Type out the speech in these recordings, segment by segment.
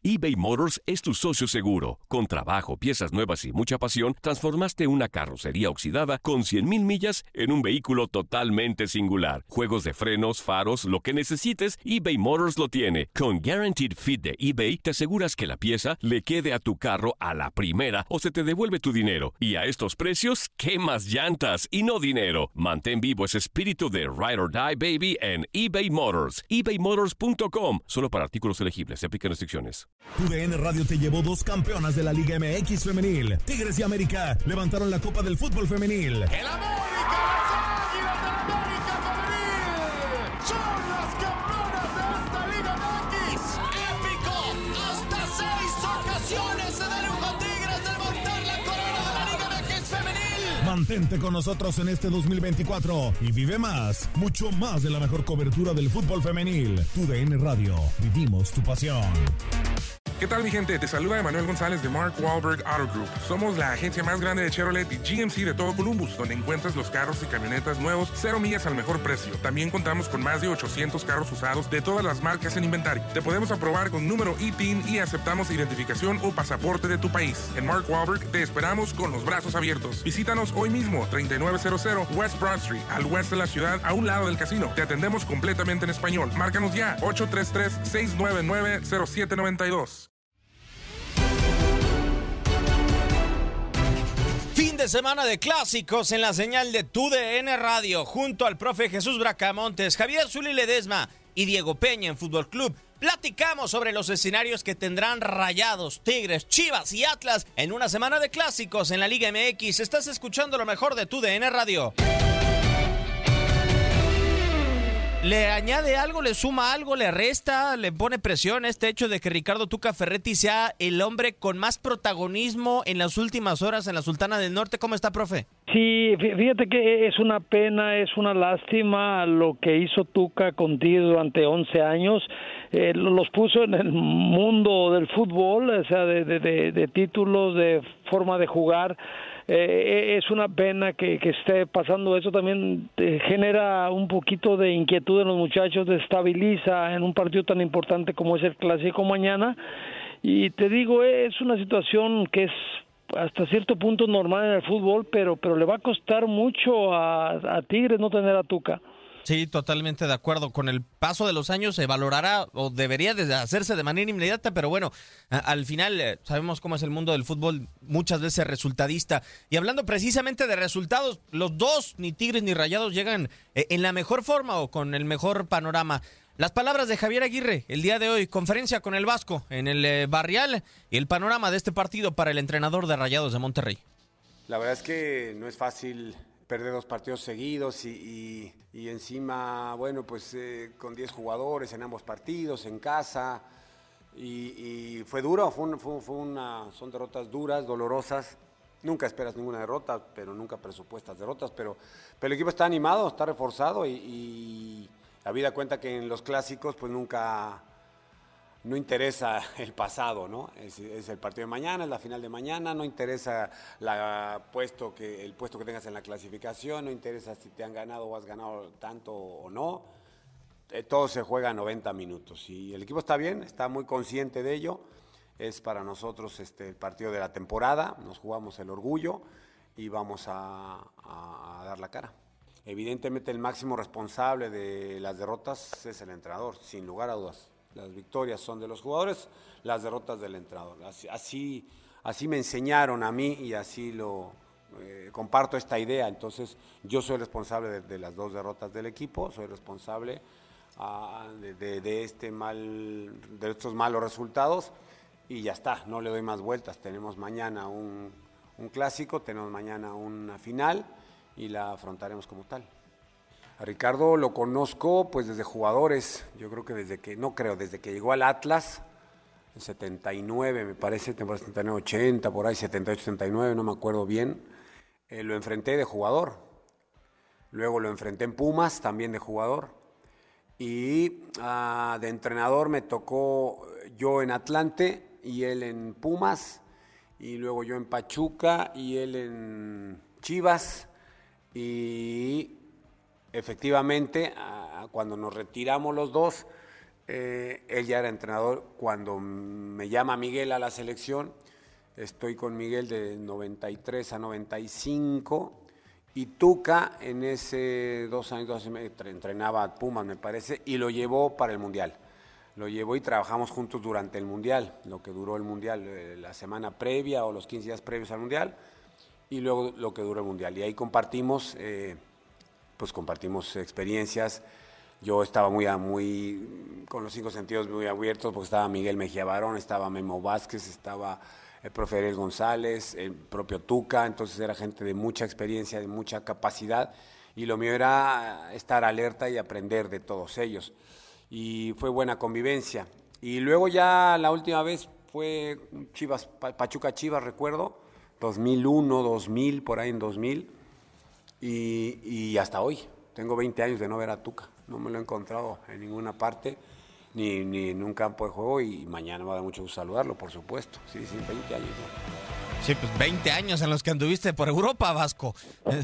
eBay Motors es tu socio seguro. Con trabajo, piezas nuevas y mucha pasión, transformaste una carrocería oxidada con 100,000 millas en un vehículo totalmente singular. Juegos de frenos, faros, lo que necesites, eBay Motors lo tiene. Con Guaranteed Fit de eBay, te aseguras que la pieza le quede a tu carro a la primera o se te devuelve tu dinero. Y a estos precios, ¿qué más llantas y no dinero? Mantén vivo ese espíritu de Ride or Die, baby, en eBay Motors. ebaymotors.com. Solo para artículos elegibles. Se aplican restricciones. TUDN Radio te llevó 2 campeonas de la Liga MX femenil. Tigres y América levantaron la Copa del Fútbol femenil. ¡El América! ¡Las Águilas del América femenil! ¡Son las campeonas de esta Liga MX! ¡Épico! ¡Hasta 6 ocasiones se dieron con Tigres de levantar la corona de la Liga MX femenil! Mantente con nosotros en este 2024 y vive más, mucho más de la mejor cobertura del fútbol femenil. TUDN Radio, vivimos tu pasión. ¿Qué tal, mi gente? Te saluda Emanuel González de Mark Wahlberg Auto Group. Somos la agencia más grande de Chevrolet y GMC de todo Columbus, donde encuentras los carros y camionetas nuevos, 0 millas al mejor precio. También contamos con más de 800 carros usados de todas las marcas en inventario. Te podemos aprobar con número ITIN y aceptamos identificación o pasaporte de tu país. En Mark Wahlberg te esperamos con los brazos abiertos. Visítanos hoy mismo, 3900 West Broad Street, al oeste de la ciudad, a un lado del casino. Te atendemos completamente en español. Márcanos ya, 833-699-0792. Fin de semana de clásicos en la señal de TUDN Radio, junto al profe Jesús Bracamontes, Javier Zuli Ledesma y Diego Peña en Fútbol Club. Platicamos sobre los escenarios que tendrán Rayados, Tigres, Chivas y Atlas en una semana de clásicos en la Liga MX. Estás escuchando lo mejor de TUDN Radio. ¿Le añade algo, le suma algo, le resta, le pone presión este hecho de que Ricardo Tuca Ferretti sea el hombre con más protagonismo en las últimas horas en la Sultana del Norte? ¿Cómo está, profe? Sí, fíjate que es una pena, es una lástima lo que hizo Tuca con Tigres durante 11 años. Los puso en el mundo del fútbol, o sea, de títulos, de forma de jugar. Es una pena que esté pasando eso. También genera un poquito de inquietud en los muchachos, destabiliza en un partido tan importante como es el Clásico mañana. Y te digo, es una situación que es hasta cierto punto normal en el fútbol, pero le va a costar mucho a Tigres no tener a Tuca. Sí, totalmente de acuerdo. Con el paso de los años se valorará o debería de hacerse de manera inmediata, pero bueno, al final sabemos cómo es el mundo del fútbol, muchas veces resultadista. Y hablando precisamente de resultados, los dos, ni Tigres ni Rayados, llegan en la mejor forma o con el mejor panorama. Las palabras de Javier Aguirre el día de hoy, conferencia con el Vasco en el Barrial, y el panorama de este partido para el entrenador de Rayados de Monterrey. La verdad es que no es fácil perder 2 partidos seguidos y encima, bueno, pues con 10 jugadores en ambos partidos, en casa, y fue duro, son derrotas duras, dolorosas. Nunca esperas ninguna derrota, pero nunca presupuestas derrotas, pero el equipo está animado, está reforzado y habida cuenta que en los clásicos pues no interesa el pasado, ¿no? Es el partido de mañana, es la final de mañana, no interesa el puesto que tengas en la clasificación, no interesa si te han ganado o has ganado tanto o no. Todo se juega a 90 minutos y el equipo está bien, está muy consciente de ello. Es para nosotros el partido de la temporada, nos jugamos el orgullo y vamos a dar la cara. Evidentemente el máximo responsable de las derrotas es el entrenador, sin lugar a dudas. Las victorias son de los jugadores, las derrotas del entrenador. Así me enseñaron a mí y así comparto esta idea. Entonces yo soy responsable de las 2 derrotas del equipo, soy responsable de estos malos resultados y ya está, no le doy más vueltas. Tenemos mañana un clásico, tenemos mañana una final y la afrontaremos como tal. A Ricardo lo conozco pues desde jugadores, yo creo que desde que llegó al Atlas, en 79 me parece, temporada 79, 80, por ahí 78, 79, no me acuerdo bien, lo enfrenté de jugador, luego lo enfrenté en Pumas también de jugador y de entrenador me tocó yo en Atlante y él en Pumas y luego yo en Pachuca y él en Chivas y efectivamente, cuando nos retiramos los dos, Él ya era entrenador cuando me llama Miguel a la selección. Estoy con Miguel de 93 a 95 y Tuca en ese 2 años entrenaba a Pumas, me parece, y lo llevó para el Mundial. Lo llevó y trabajamos juntos durante el Mundial, lo que duró el Mundial, la semana previa o los 15 días previos al Mundial, y luego lo que duró el Mundial. Y ahí compartimos experiencias. Yo estaba muy con los 5 sentidos muy abiertos, porque estaba Miguel Mejía Barón, estaba Memo Vázquez, estaba el profe Ariel González, el propio Tuca. Entonces era gente de mucha experiencia, de mucha capacidad, y lo mío era estar alerta y aprender de todos ellos. Y fue buena convivencia. Y luego ya la última vez fue Pachuca Chivas, recuerdo, 2001, 2000, por ahí en 2000, y hasta hoy. Tengo 20 años de no ver a Tuca, no me lo he encontrado en ninguna parte, ni en un campo de juego, y mañana me va a dar mucho gusto saludarlo, por supuesto. Sí, 20 años. ¿No? Sí, pues 20 años en los que anduviste por Europa, Vasco.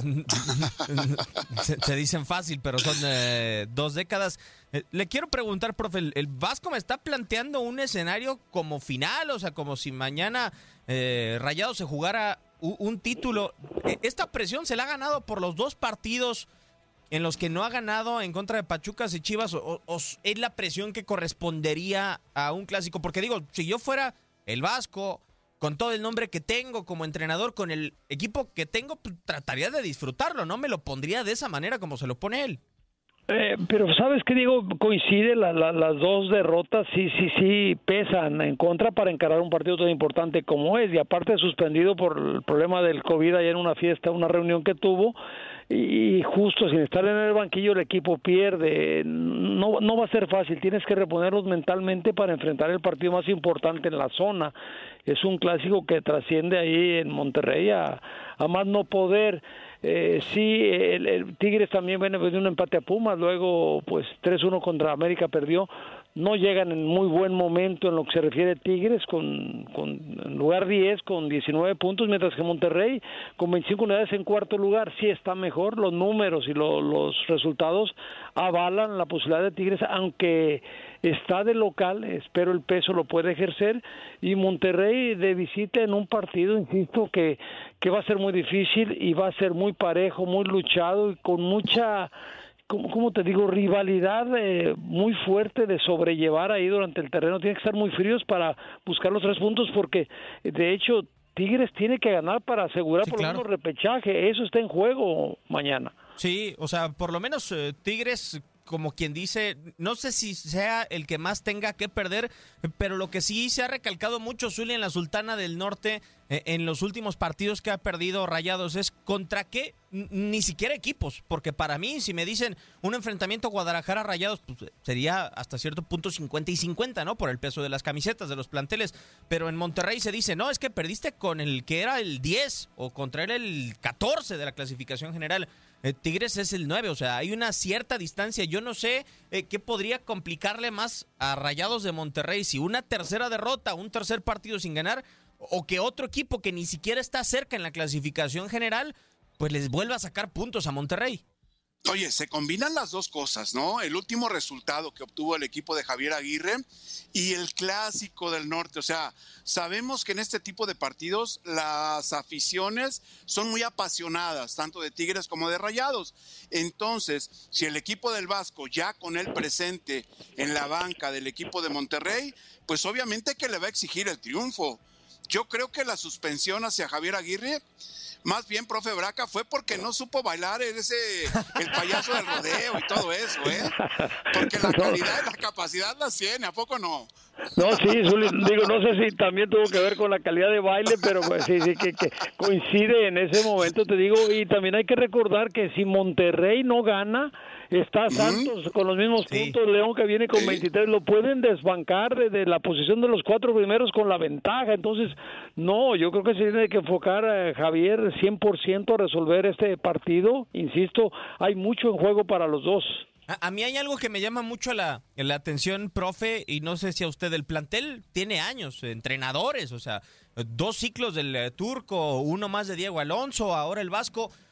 Se dicen fácil, pero son 2 décadas. Le quiero preguntar, profe, el Vasco me está planteando un escenario como final, o sea, como si mañana Rayados se jugara un título. ¿Esta presión se la ha ganado por los 2 partidos en los que no ha ganado en contra de Pachucas y Chivas, o es la presión que correspondería a un clásico? Porque digo, si yo fuera el Vasco, con todo el nombre que tengo como entrenador, con el equipo que tengo, pues, trataría de disfrutarlo, no me lo pondría de esa manera como se lo pone él. Pero ¿sabes qué, Diego? Coincide, las 2 derrotas sí pesan en contra para encarar un partido tan importante como es, y aparte suspendido por el problema del COVID allá en una fiesta, una reunión que tuvo, y justo sin estar en el banquillo el equipo pierde. No va a ser fácil, tienes que reponerlos mentalmente para enfrentar el partido más importante en la zona. Es un clásico que trasciende ahí en Monterrey a más no poder. El Tigres también viene de un empate a Pumas, luego pues 3-1 contra América perdió. No llegan en muy buen momento en lo que se refiere a Tigres, con en lugar 10 con 19 puntos, mientras que Monterrey con 25 unidades en cuarto lugar. Sí está mejor, los números y los resultados avalan la posibilidad de Tigres, aunque está de local, espero el peso lo puede ejercer, y Monterrey de visita en un partido, insisto, que va a ser muy difícil y va a ser muy parejo, muy luchado y con mucha, ¿cómo te digo?, rivalidad muy fuerte de sobrellevar ahí durante el terreno. Tienen que estar muy fríos para buscar los 3 puntos, porque de hecho Tigres tiene que ganar para asegurar por lo menos repechaje. Eso está en juego mañana. Sí, o sea, por lo menos Tigres, como quien dice, no sé si sea el que más tenga que perder, pero lo que sí se ha recalcado mucho, Zuli, en la Sultana del Norte, en los últimos partidos que ha perdido Rayados, es contra qué, ni siquiera equipos, porque para mí, si me dicen un enfrentamiento Guadalajara-Rayados, pues sería hasta cierto punto 50 y 50, ¿no? Por el peso de las camisetas, de los planteles, pero en Monterrey se dice, no, es que perdiste con el que era el 10, o contra él el 14 de la clasificación general. Tigres es el 9, o sea, hay una cierta distancia. Yo no sé qué podría complicarle más a Rayados de Monterrey, si una tercera derrota, un tercer partido sin ganar, o que otro equipo que ni siquiera está cerca en la clasificación general, pues les vuelva a sacar puntos a Monterrey. Oye, se combinan las 2 cosas, ¿no? El último resultado que obtuvo el equipo de Javier Aguirre y el clásico del norte. O sea, sabemos que en este tipo de partidos las aficiones son muy apasionadas, tanto de Tigres como de Rayados. Entonces, si el equipo del Vasco ya con él presente en la banca del equipo de Monterrey, pues obviamente que le va a exigir el triunfo. Yo creo que la suspensión hacia Javier Aguirre, más bien, profe Braca, fue porque no supo bailar el payaso del rodeo y todo eso, ¿eh? Porque la calidad y la capacidad las tiene, ¿a poco no? No, sí, Zuli, digo, no sé si también tuvo que ver con la calidad de baile, pero pues sí, que coincide en ese momento, te digo. Y también hay que recordar que si Monterrey no gana, está Santos con los mismos puntos, León que viene con 23, lo pueden desbancar de la posición de los 4 primeros con la ventaja. Entonces, no, yo creo que se tiene que enfocar a Javier 100% a resolver este partido. Insisto, hay mucho en juego para los dos. A mí hay algo que me llama mucho la atención, profe, y no sé si a usted, el plantel tiene años, entrenadores, o sea, 2 ciclos del Turco, uno más de Diego Alonso, ahora el Vasco,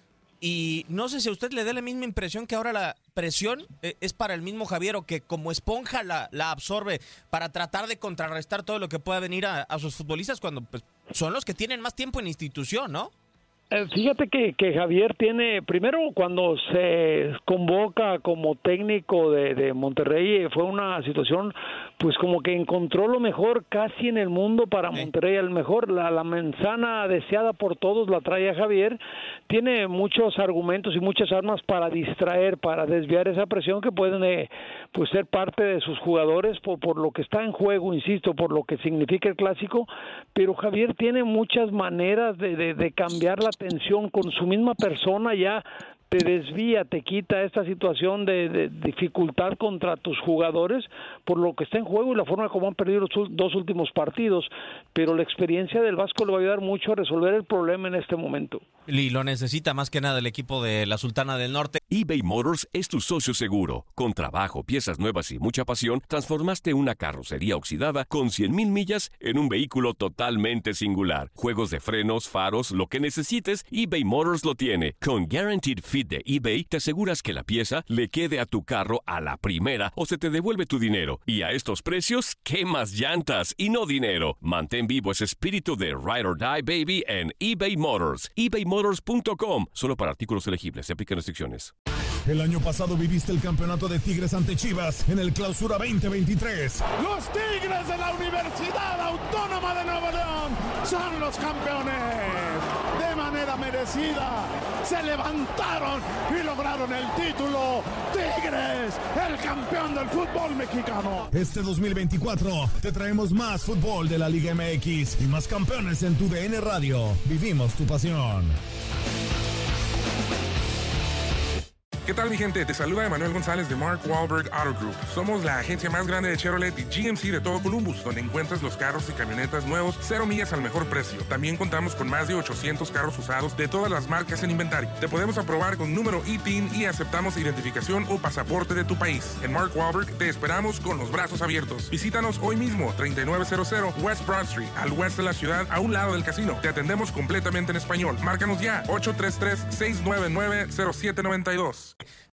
y no sé si a usted le dé la misma impresión que ahora la presión es para el mismo Javier, o que como esponja la absorbe para tratar de contrarrestar todo lo que pueda venir a sus futbolistas cuando pues, son los que tienen más tiempo en institución, ¿no? Fíjate que Javier tiene, primero cuando se convoca como técnico de Monterrey, fue una situación pues como que encontró lo mejor casi en el mundo para Monterrey, el mejor, la manzana deseada por todos la trae a Javier, tiene muchos argumentos y muchas armas para distraer, para desviar esa presión que pueden pues ser parte de sus jugadores por lo que está en juego, insisto, por lo que significa el clásico, pero Javier tiene muchas maneras de cambiar la atención con su misma persona, ya te desvía, te quita esta situación de dificultad contra tus jugadores por lo que está en juego y la forma como han perdido los dos últimos partidos, pero la experiencia del Vasco le va a ayudar mucho a resolver el problema en este momento. Y lo necesita más que nada el equipo de la Sultana del Norte. eBay Motors es tu socio seguro. Con trabajo, piezas nuevas y mucha pasión, transformaste una carrocería oxidada con 100,000 millas en un vehículo totalmente singular. Juegos de frenos, faros, lo que necesites, eBay Motors lo tiene. Con Guaranteed Fit de eBay, te aseguras que la pieza le quede a tu carro a la primera o se te devuelve tu dinero. Y a estos precios, ¿quemas llantas y no dinero? Mantén vivo ese espíritu de Ride or Die, baby, en eBay Motors. ebaymotors.com. Solo para artículos elegibles. Se aplican restricciones. El año pasado viviste el campeonato de Tigres ante Chivas en el Clausura 2023. Los Tigres de la Universidad Autónoma de Nuevo León son los campeones. De manera merecida, se levantaron y lograron el título. Tigres, el campeón del fútbol mexicano. Este 2024 te traemos más fútbol de la Liga MX y más campeones en tu DN Radio. Vivimos tu pasión. ¿Qué tal, mi gente? Te saluda Emanuel González de Mark Wahlberg Auto Group. Somos la agencia más grande de Chevrolet y GMC de todo Columbus, donde encuentras los carros y camionetas nuevos, 0 millas al mejor precio. También contamos con más de 800 carros usados de todas las marcas en inventario. Te podemos aprobar con número ITIN y aceptamos identificación o pasaporte de tu país. En Mark Wahlberg te esperamos con los brazos abiertos. Visítanos hoy mismo, 3900 West Broad Street, al oeste de la ciudad, a un lado del casino. Te atendemos completamente en español. Márcanos ya, 833-699-0792.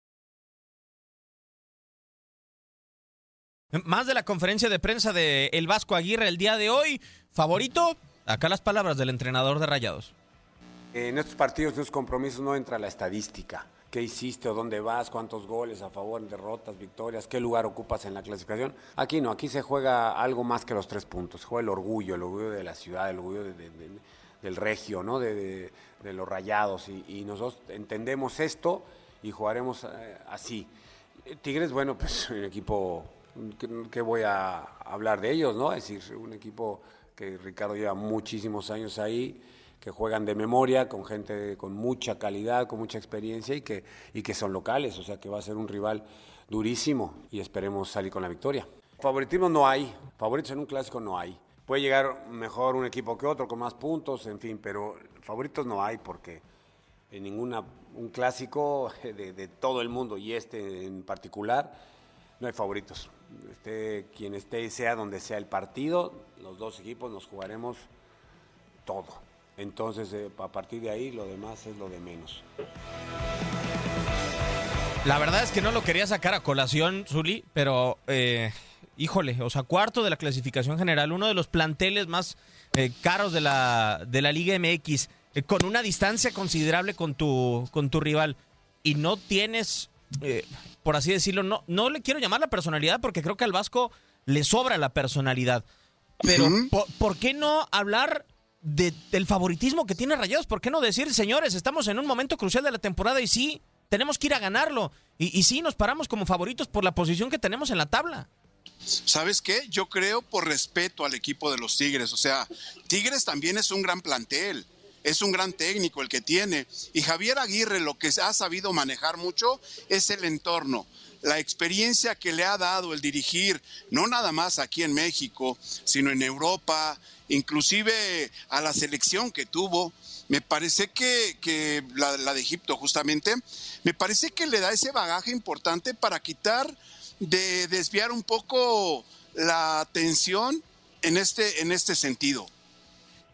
Más de la conferencia de prensa de el Vasco Aguirre el día de hoy. ¿Favorito? Acá las palabras del entrenador de Rayados. En estos partidos, en estos compromisos, no entra la estadística. ¿Qué hiciste o dónde vas? ¿Cuántos goles a favor, derrotas, victorias? ¿Qué lugar ocupas en la clasificación? Aquí no, aquí se juega algo más que los 3 puntos. Se juega el orgullo de la ciudad, el orgullo del regio, ¿no? de los Rayados. Y nosotros entendemos esto y jugaremos así. Tigres, bueno, pues un equipo... ¿Qué voy a hablar de ellos, no? Es decir, un equipo que Ricardo lleva muchísimos años ahí, que juegan de memoria, con gente con mucha calidad, con mucha experiencia y que son locales, o sea que va a ser un rival durísimo y esperemos salir con la victoria. Favoritismo no hay, favoritos en un clásico no hay. Puede llegar mejor un equipo que otro, con más puntos, en fin, pero favoritos no hay porque en un clásico de todo el mundo y en particular, no hay favoritos. Quien esté y sea donde sea el partido, los dos equipos nos jugaremos todo. Entonces, a partir de ahí, lo demás es lo de menos. La verdad es que no lo quería sacar a colación, Zuli, pero híjole, o sea, cuarto de la clasificación general, uno de los planteles más caros de la Liga MX, con una distancia considerable con tu rival, y no tienes... por así decirlo, no le quiero llamar la personalidad porque creo que al Vasco le sobra la personalidad, pero ¿por qué no hablar del favoritismo que tiene Rayados? ¿Por qué no decir, señores, estamos en un momento crucial de la temporada y sí, tenemos que ir a ganarlo y sí, nos paramos como favoritos por la posición que tenemos en la tabla? ¿Sabes qué? Yo creo por respeto al equipo de los Tigres, o sea, Tigres también es un gran plantel. Es un gran técnico el que tiene. Y Javier Aguirre lo que ha sabido manejar mucho es el entorno. La experiencia que le ha dado el dirigir, no nada más aquí en México, sino en Europa, inclusive a la selección que tuvo. Me parece que la de Egipto justamente, me parece que le da ese bagaje importante para desviar un poco la atención en este sentido.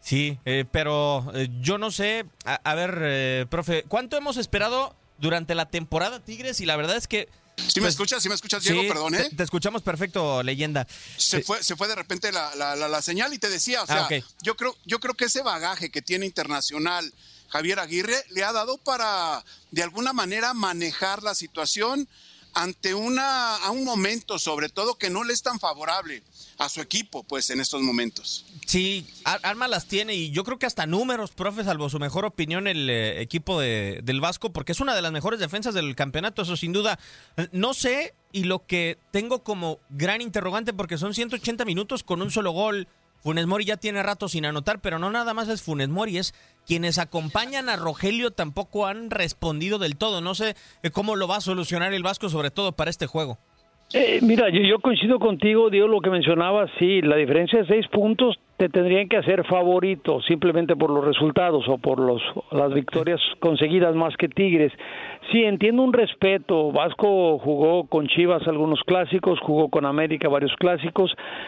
Sí, pero yo no sé, a ver, profe, ¿cuánto hemos esperado durante la temporada Tigres? Y la verdad es que... ¿Sí me escuchas, Diego? Sí, perdón, te escuchamos perfecto, leyenda. Se fue de repente la señal y te decía, o sea, okay. yo creo que ese bagaje que tiene internacional Javier Aguirre le ha dado para, de alguna manera, manejar la situación ante a un momento, sobre todo, que no le es tan favorable a su equipo, pues, en estos momentos. Sí, armas las tiene y yo creo que hasta números, profe, salvo su mejor opinión, el equipo del Vasco, porque es una de las mejores defensas del campeonato, eso sin duda. No sé, y lo que tengo como gran interrogante, porque son 180 minutos con un solo gol. Funes Mori ya tiene rato sin anotar, pero no nada más es Funes Mori, es quienes acompañan a Rogelio tampoco han respondido del todo. No sé cómo lo va a solucionar el Vasco, sobre todo para este juego. Mira, yo coincido contigo, Diego, lo que mencionabas, sí, la diferencia de 6 puntos te tendrían que hacer favorito simplemente por los resultados o por las victorias conseguidas más que Tigres. Sí, entiendo un respeto. Vasco jugó con Chivas algunos clásicos, jugó con América varios clásicos.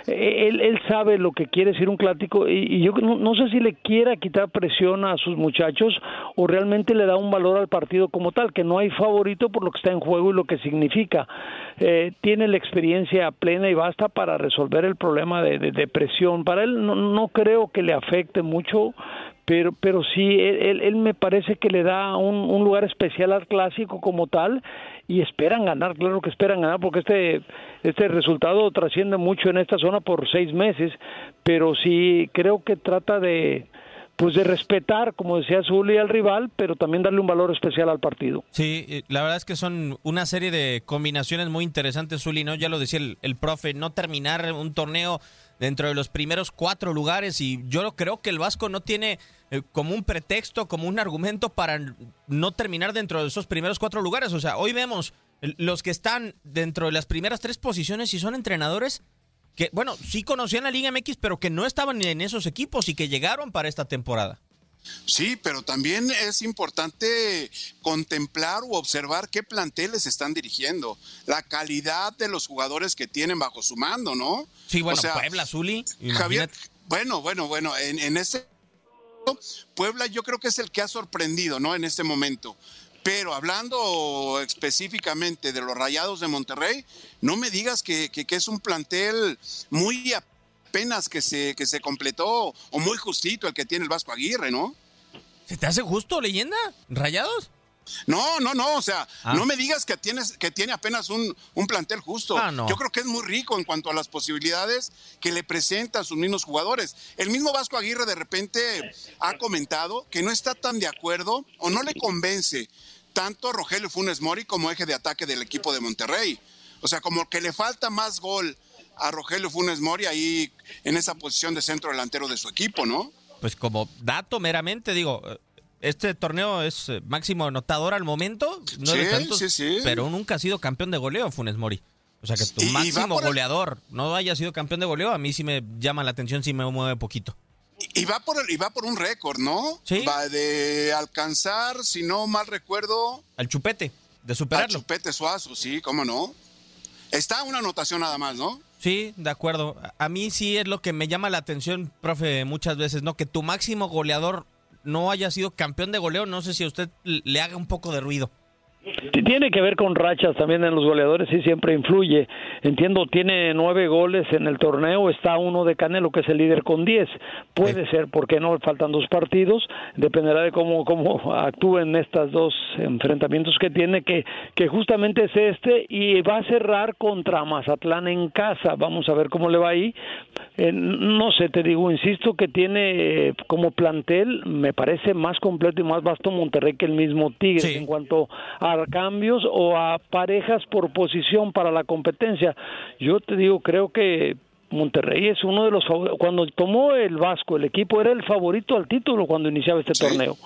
Él sabe lo que quiere decir un clásico y yo no sé si le quiera quitar presión a sus muchachos o realmente le da un valor al partido como tal, que no hay favorito por lo que está en juego y lo que significa. Tiene la experiencia plena y basta para resolver el problema de presión. Para él no creo que le afecte mucho, pero sí, él me parece que le da un lugar especial al clásico como tal y esperan ganar, claro que esperan ganar, porque este resultado trasciende mucho en esta zona por 6 meses, pero sí creo que trata de respetar, como decía Zuli, al rival, pero también darle un valor especial al partido. Sí, la verdad es que son una serie de combinaciones muy interesantes, Zuli, ¿no? Ya lo decía el profe, no terminar un torneo dentro de los primeros 4 lugares, y yo creo que el Vasco no tiene como un pretexto, como un argumento para no terminar dentro de esos primeros 4 lugares. O sea, hoy vemos los que están dentro de las primeras 3 posiciones y son entrenadores que, bueno, sí conocían la Liga MX, pero que no estaban en esos equipos y que llegaron para esta temporada. Sí, pero también es importante contemplar u observar qué planteles están dirigiendo, la calidad de los jugadores que tienen bajo su mando, ¿no? Sí, bueno, o sea, Puebla, Zuli. Javier, bueno, en ese Puebla yo creo que es el que ha sorprendido, ¿no? En este momento. Pero hablando específicamente de los Rayados de Monterrey, no me digas que es un plantel muy apenas que se completó, o muy justito el que tiene el Vasco Aguirre, ¿no? ¿Se te hace justo, leyenda? ¿Rayados? No, o sea, no me digas que tiene apenas un plantel justo. No. Yo creo que es muy rico en cuanto a las posibilidades que le presenta a sus mismos jugadores. El mismo Vasco Aguirre de repente ha comentado que no está tan de acuerdo o no le convence tanto a Rogelio Funes Mori como eje de ataque del equipo de Monterrey. O sea, como que le falta más gol a Rogelio Funes Mori ahí en esa posición de centro delantero de su equipo, ¿no? Pues como dato meramente, digo, este torneo es máximo anotador al momento, 9 tantos, sí. Pero nunca ha sido campeón de goleo Funes Mori. O sea, que tu máximo goleador no haya sido campeón de goleo, a mí sí me llama la atención, sí me mueve poquito. Y va por un récord, ¿no? Sí. Va de alcanzar, si no mal recuerdo, al Chupete, de superarlo. Al Chupete Suazo, sí, cómo no. Está una anotación nada más, ¿no? Sí, de acuerdo. A mí sí es lo que me llama la atención, profe, muchas veces, ¿no? Que tu máximo goleador no haya sido campeón de goleo, no sé si a usted le haga un poco de ruido. Tiene que ver con rachas también en los goleadores, sí, siempre influye. Entiendo, tiene 9 goles en el torneo, está uno de Canelo, que es el líder con 10. Puede ser, ¿por qué no? Faltan 2 partidos, dependerá de cómo actúen estos 2 enfrentamientos que tiene, que justamente es y va a cerrar contra Mazatlán en casa. Vamos a ver cómo le va ahí. No sé, te digo, insisto que tiene como plantel, me parece más completo y más vasto Monterrey que el mismo Tigres, sí, en cuanto a cambios o a parejas por posición para la competencia. Yo te digo, creo que Monterrey es uno de los favoritos. Cuando tomó el Vasco, el equipo era el favorito al título cuando iniciaba este torneo.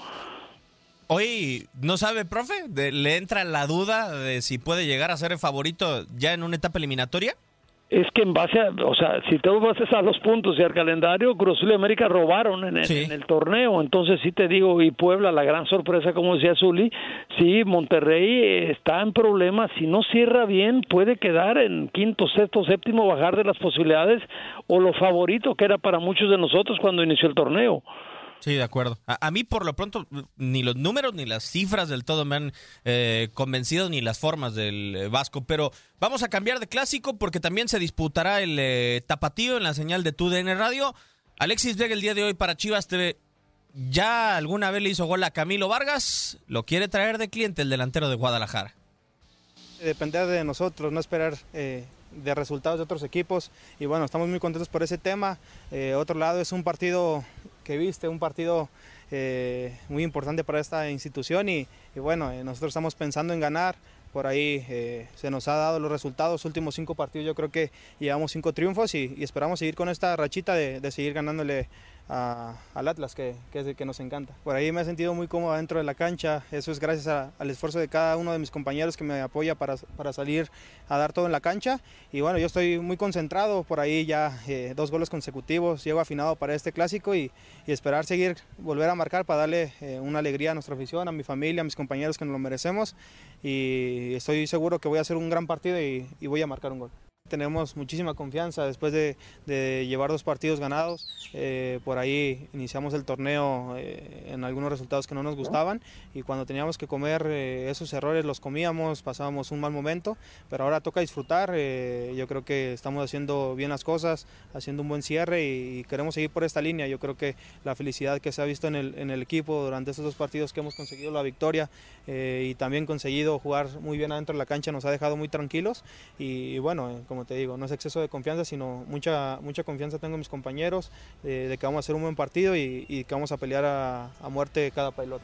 Hoy, ¿no sabe, profe? ¿Le entra la duda de si puede llegar a ser el favorito ya en una etapa eliminatoria? Es que en base a, o sea, si te vas a los puntos y al calendario, Cruz Azul y América robaron en el torneo, entonces sí te digo, y Puebla, la gran sorpresa, como decía Zuli, sí, Monterrey está en problemas, si no cierra bien, puede quedar en quinto, sexto, séptimo, bajar de las posibilidades, o lo favorito que era para muchos de nosotros cuando inició el torneo. Sí, de acuerdo. A mí, por lo pronto, ni los números ni las cifras del todo me han convencido, ni las formas del Vasco. Pero vamos a cambiar de clásico porque también se disputará el tapatío en la señal de TUDN Radio. Alexis Vega el día de hoy para Chivas TV. Ya alguna vez le hizo gol a Camilo Vargas. Lo quiere traer de cliente el delantero de Guadalajara. Depender de nosotros, no esperar de resultados de otros equipos. Y bueno, estamos muy contentos por ese tema. Otro lado, es un partido que viste, un partido muy importante para esta institución y bueno, nosotros estamos pensando en ganar. Por ahí se nos ha dado los resultados, últimos 5 partidos yo creo que llevamos 5 triunfos y esperamos seguir con esta rachita de seguir ganándole al Atlas, que es el que nos encanta. Por ahí me he sentido muy cómodo dentro de la cancha, eso es gracias al esfuerzo de cada uno de mis compañeros que me apoya para salir a dar todo en la cancha y bueno, yo estoy muy concentrado, por ahí ya 2 goles consecutivos, llego afinado para este clásico y esperar seguir, volver a marcar para darle una alegría a nuestra afición, a mi familia, a mis compañeros que nos lo merecemos y estoy seguro que voy a hacer un gran partido y voy a marcar un gol. Tenemos muchísima confianza después de llevar 2 partidos ganados. Por ahí iniciamos el torneo en algunos resultados que no nos gustaban y cuando teníamos que comer esos errores los comíamos, pasábamos un mal momento, pero ahora toca disfrutar. Yo creo que estamos haciendo bien las cosas, haciendo un buen cierre y queremos seguir por esta línea. Yo creo que la felicidad que se ha visto en el equipo durante estos 2 partidos que hemos conseguido la victoria y también conseguido jugar muy bien adentro de la cancha nos ha dejado muy tranquilos y bueno, como te digo, no es exceso de confianza, sino mucha confianza tengo en mis compañeros de que vamos a hacer un buen partido y que vamos a pelear a muerte cada pelota.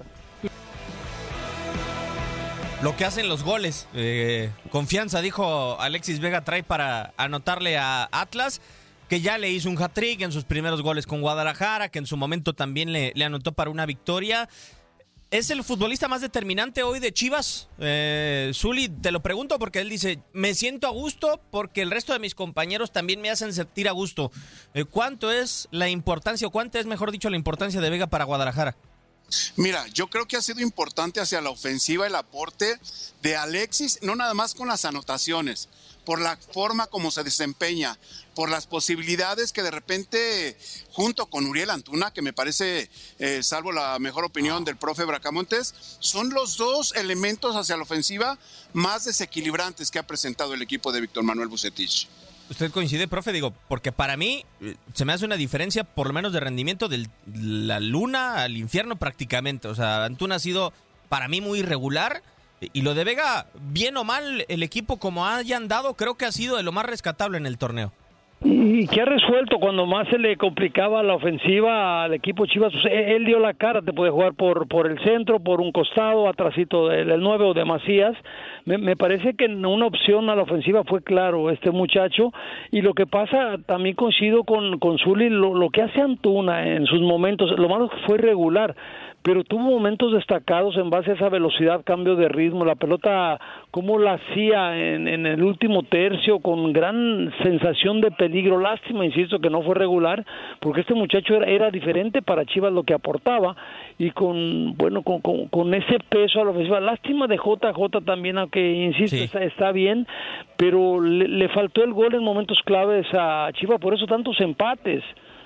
Lo que hacen los goles, confianza, dijo Alexis Vega, trae para anotarle a Atlas, que ya le hizo un hat-trick en sus primeros goles con Guadalajara, que en su momento también le anotó para una victoria. ¿Es el futbolista más determinante hoy de Chivas? Zuli, te lo pregunto porque él dice, me siento a gusto porque el resto de mis compañeros también me hacen sentir a gusto. ¿Cuánto es la importancia, o cuánta es, mejor dicho, la importancia de Vega para Guadalajara? Mira, yo creo que ha sido importante hacia la ofensiva el aporte de Alexis, no nada más con las anotaciones, por la forma como se desempeña, por las posibilidades que de repente, junto con Uriel Antuna, que me parece, salvo la mejor opinión del profe Bracamontes, son los 2 elementos hacia la ofensiva más desequilibrantes que ha presentado el equipo de Víctor Manuel Vucetich. ¿Usted coincide, profe? Digo, porque para mí se me hace una diferencia, por lo menos de rendimiento, de la luna al infierno prácticamente. O sea, Antuna ha sido para mí muy irregular. Y lo de Vega, bien o mal, el equipo como haya andado, creo que ha sido de lo más rescatable en el torneo. Y que ha resuelto cuando más se le complicaba la ofensiva al equipo Chivas. Él dio la cara, te puede jugar por el centro, por un costado, atrasito del 9 o de Macías. Me parece que una opción a la ofensiva fue claro este muchacho. Y lo que pasa, también coincido con Zuli, lo que hace Antuna en sus momentos, lo malo fue irregular, pero tuvo momentos destacados en base a esa velocidad, cambio de ritmo, la pelota, cómo la hacía en el último tercio, con gran sensación de peligro. Lástima, insisto, que no fue regular, porque este muchacho era diferente para Chivas lo que aportaba, y con ese peso a la ofensiva. Lástima de JJ también, aunque insisto, sí, está bien, pero le faltó el gol en momentos claves a Chivas, por eso tantos empates.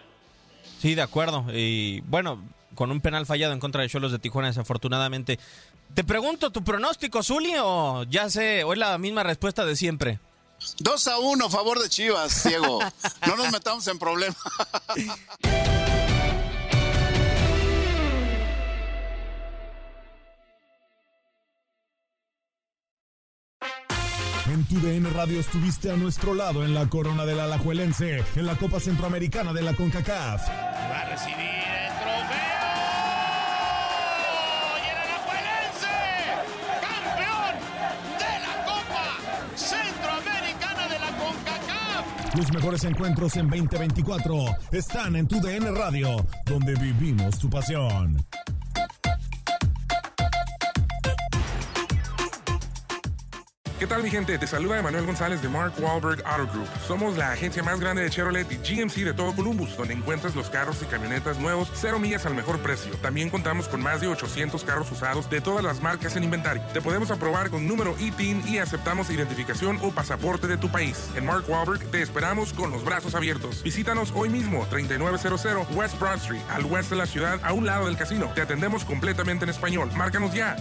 Sí, de acuerdo, y bueno, con un penal fallado en contra de Xolos de Tijuana, desafortunadamente. Te pregunto, ¿tu pronóstico, Zuli, o ya sé, o es la misma respuesta de siempre? 2-1 a favor de Chivas, Diego. No nos metamos en problemas. En TUDN Radio estuviste a nuestro lado en la corona del Alajuelense, en la Copa Centroamericana de la CONCACAF. Va a recibir el trofeo. Y el Alajuelense, campeón de la Copa Centroamericana de la CONCACAF. Los mejores encuentros en 2024 están en TUDN Radio, donde vivimos tu pasión. ¿Qué tal, mi gente? Te saluda Emanuel González de Mark Wahlberg Auto Group. Somos la agencia más grande de Chevrolet y GMC de todo Columbus, donde encuentras los carros y camionetas nuevos, 0 millas al mejor precio. También contamos con más de 800 carros usados de todas las marcas en inventario. Te podemos aprobar con número ITIN y aceptamos identificación o pasaporte de tu país. En Mark Wahlberg te esperamos con los brazos abiertos. Visítanos hoy mismo, 3900 West Broad Street, al oeste de la ciudad, a un lado del casino. Te atendemos completamente en español. Márcanos ya,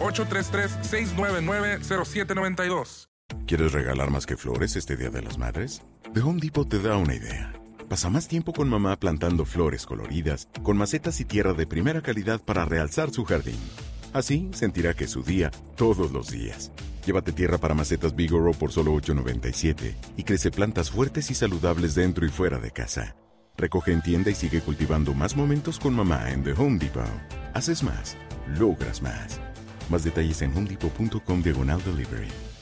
833-699-0792. ¿Quieres regalar más que flores este Día de las Madres? The Home Depot te da una idea. Pasa más tiempo con mamá plantando flores coloridas, con macetas y tierra de primera calidad para realzar su jardín. Así sentirá que es su día todos los días. Llévate tierra para macetas Bigoro por solo $8.97 y crece plantas fuertes y saludables dentro y fuera de casa. Recoge en tienda y sigue cultivando más momentos con mamá en The Home Depot. Haces más, logras más. Más detalles en homedepot.com/delivery.